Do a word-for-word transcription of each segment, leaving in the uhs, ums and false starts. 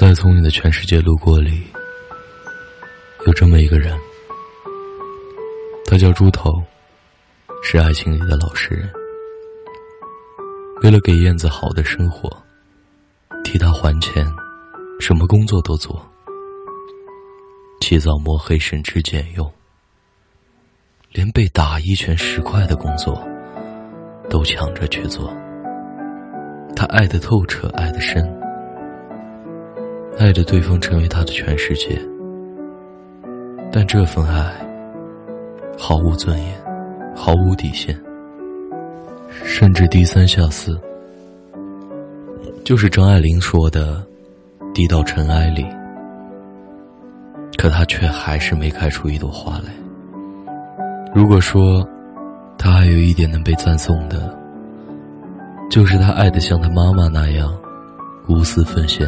在从你的全世界路过里，有这么一个人，他叫猪头，是爱情里的老实人。为了给燕子好的生活，替她还钱，什么工作都做，起早摸黑，省吃俭用，连被打一拳十块的工作都抢着去做。他爱得透彻，爱得深，爱着对方成为他的全世界，但这份爱毫无尊严，毫无底线，甚至低三下四，就是张爱玲说的低到尘埃里。可他却还是没开出一朵花来。如果说他还有一点能被赞颂的，就是他爱得像他妈妈那样无私奉献。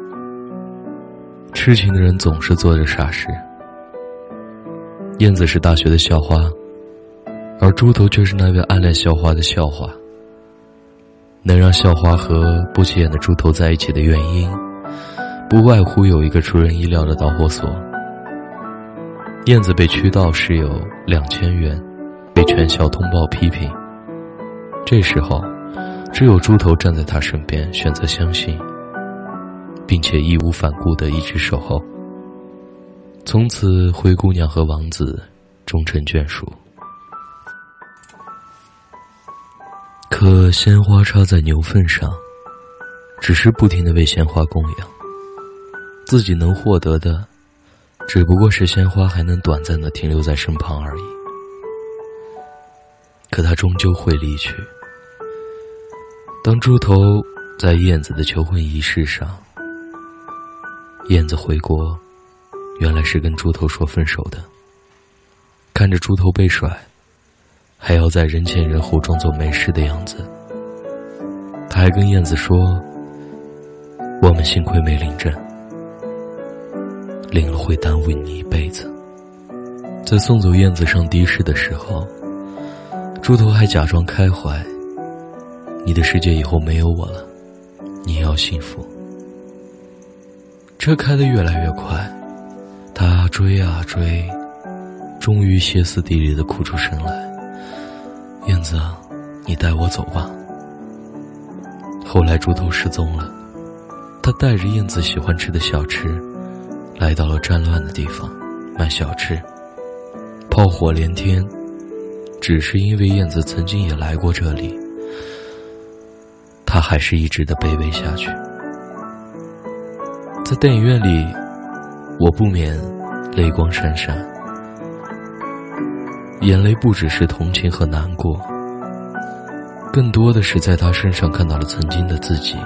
痴情的人总是做着傻事。燕子是大学的校花，而猪头却是那位暗恋校花的校花。能让校花和不起眼的猪头在一起的原因，不外乎有一个出人意料的导火索。燕子被驱到时有两千元，被全校通报批评。这时候只有猪头站在他身边，选择相信，并且义无反顾地一直守候。从此灰姑娘和王子终成眷属。可鲜花插在牛粪上，只是不停地为鲜花供养，自己能获得的只不过是鲜花还能短暂地停留在身旁而已。可他终究会离去。当猪头在燕子的求婚仪式上，燕子回国，原来是跟猪头说分手的。看着猪头被甩，还要在人前人后装作没事的样子，他还跟燕子说，我们幸亏没领证，领了会耽误你一辈子。在送走燕子上的士的时候，猪头还假装开怀，你的世界以后没有我了，你也要幸福。车开得越来越快，他追啊追，终于歇斯底里地哭出声来，燕子，你带我走吧。后来猪头失踪了，他带着燕子喜欢吃的小吃，来到了战乱的地方卖小吃，炮火连天，只是因为燕子曾经也来过这里，他还是一直的卑微下去。在电影院里，我不免泪光闪闪，眼泪不只是同情和难过，更多的是在他身上看到了曾经的自己。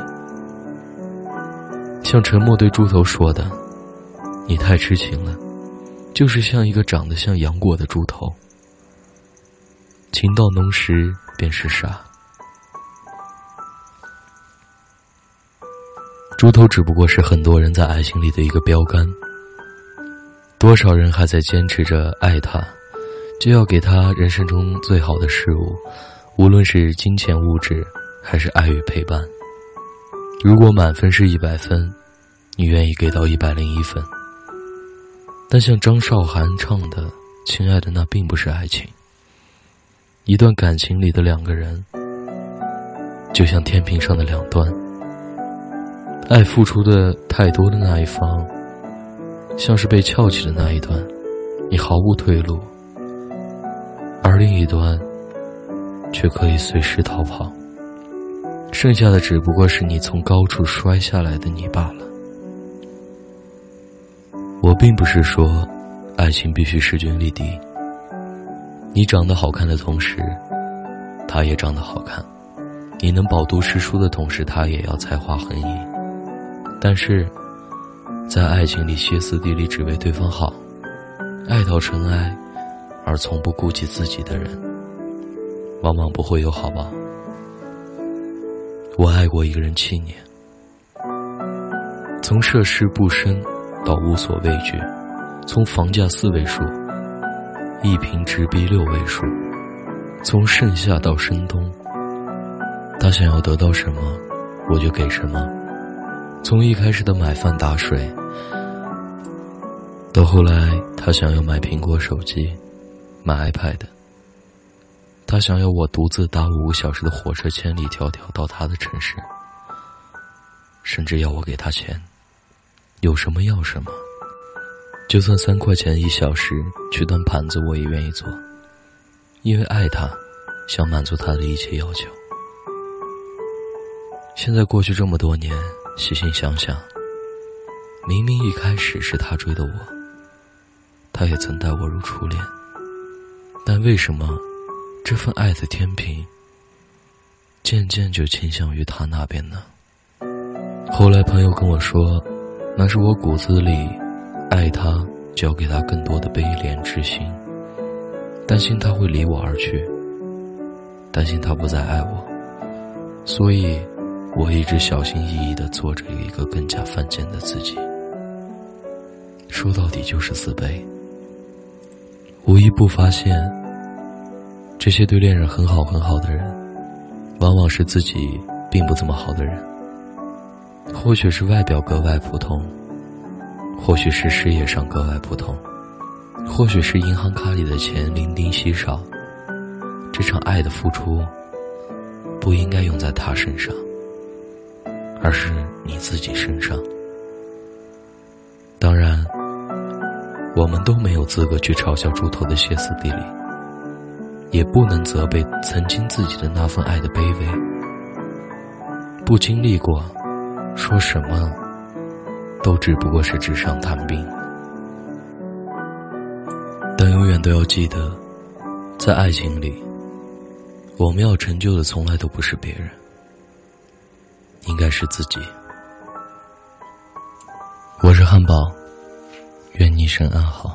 像沉默对猪头说的，你太痴情了，就是像一个长得像杨过的猪头，情到浓时便是傻。猪头只不过是很多人在爱情里的一个标杆，多少人还在坚持着爱他，就要给他人生中最好的事物，无论是金钱物质还是爱与陪伴。如果满分是一百分，你愿意给到一百零一分。但像张韶涵唱的，亲爱的，那并不是爱情。一段感情里的两个人，就像天平上的两端，爱付出的太多的那一方，像是被翘起的那一端，你毫无退路，而另一端却可以随时逃跑，剩下的只不过是你从高处摔下来的你罢了。我并不是说爱情必须势均力敌，你长得好看的同时，他也长得好看，你能饱读诗书的同时，他也要才华横溢。但是在爱情里歇斯底里只为对方好，爱到尘埃而从不顾及自己的人，往往不会有好报。我爱过一个人七年，从涉世不深到无所畏惧，从房价四位数一平直逼六位数，从盛夏到深冬，他想要得到什么我就给什么， 从一开始的买饭打水，到后来他想要买苹果手机，买 iPad， 他想要我独自搭五个小时的火车千里迢迢到他的城市，甚至要我给他钱，有什么要什么，就算三块钱一小时去端盘子我也愿意做，因为爱他，想满足他的一切要求。现在过去这么多年，细心想想，明明一开始是他追的我，他也曾待我如初恋，但为什么这份爱的天平渐渐就倾向于他那边呢？后来朋友跟我说，那是我骨子里爱他，交给他更多的悲怜之心，担心他会离我而去，担心他不再爱我，所以我一直小心翼翼地做着一个更加犯贱的自己。说到底就是自卑，无一不发现，这些对恋人很好很好的人，往往是自己并不这么好的人。或许是外表格外普通，或许是事业上格外普通，或许是银行卡里的钱零丁稀少。这场爱的付出不应该用在他身上，而是你自己身上。当然，我们都没有资格去嘲笑猪头的歇斯底里，也不能责备曾经自己的那份爱的卑微。不经历过，说什么都只不过是纸上谈兵。但永远都要记得，在爱情里，我们要成就的从来都不是别人，应该是自己。我是汉堡，愿你一生安好。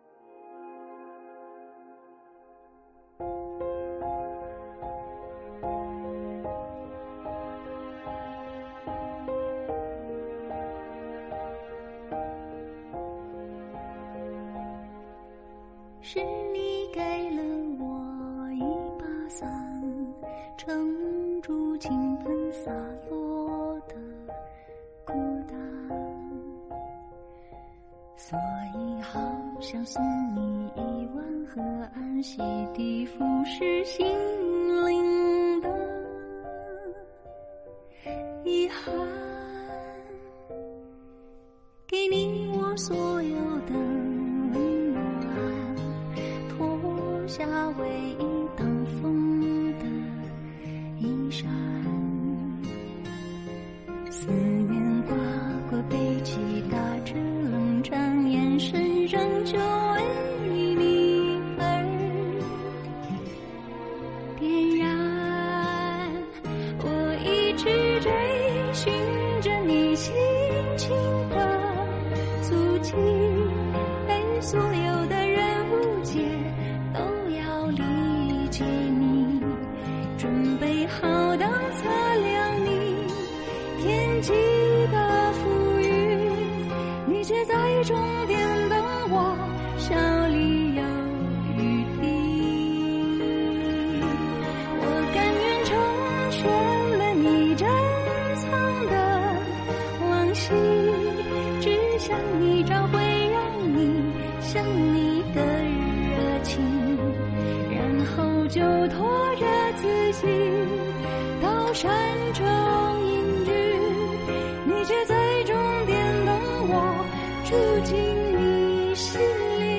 是你给了我一把伞，撑住倾盆洒落的孤单，所以好想送你一碗河岸洗涤腐蚀心灵的遗憾，给你我所有的温暖，脱下唯一挡风的衣衫，思念划过背脊，打着冷战，眼神仍旧为你而点燃。我一直追寻着你轻轻的足迹，被所有的人误解，都要理解你，准备好当测量你天际的浮云，你却在终点等我，笑里有雨滴。我甘愿成全了你珍藏的往昔，只想你找回让你想你的热情，然后就拖着自己到山中隐居，你却在终点等我住进你心里。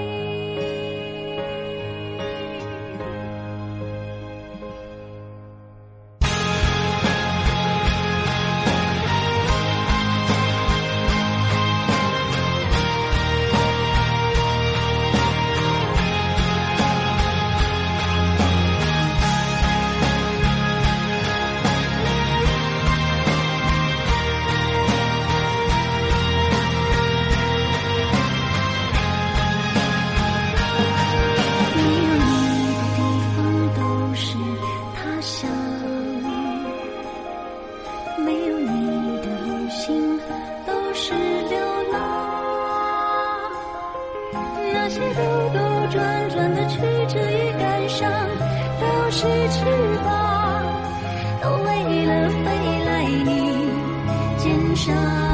没有你的旅行都是流浪，那些兜兜转转的曲折与感伤都是翅膀，都为了飞来你肩上。 下。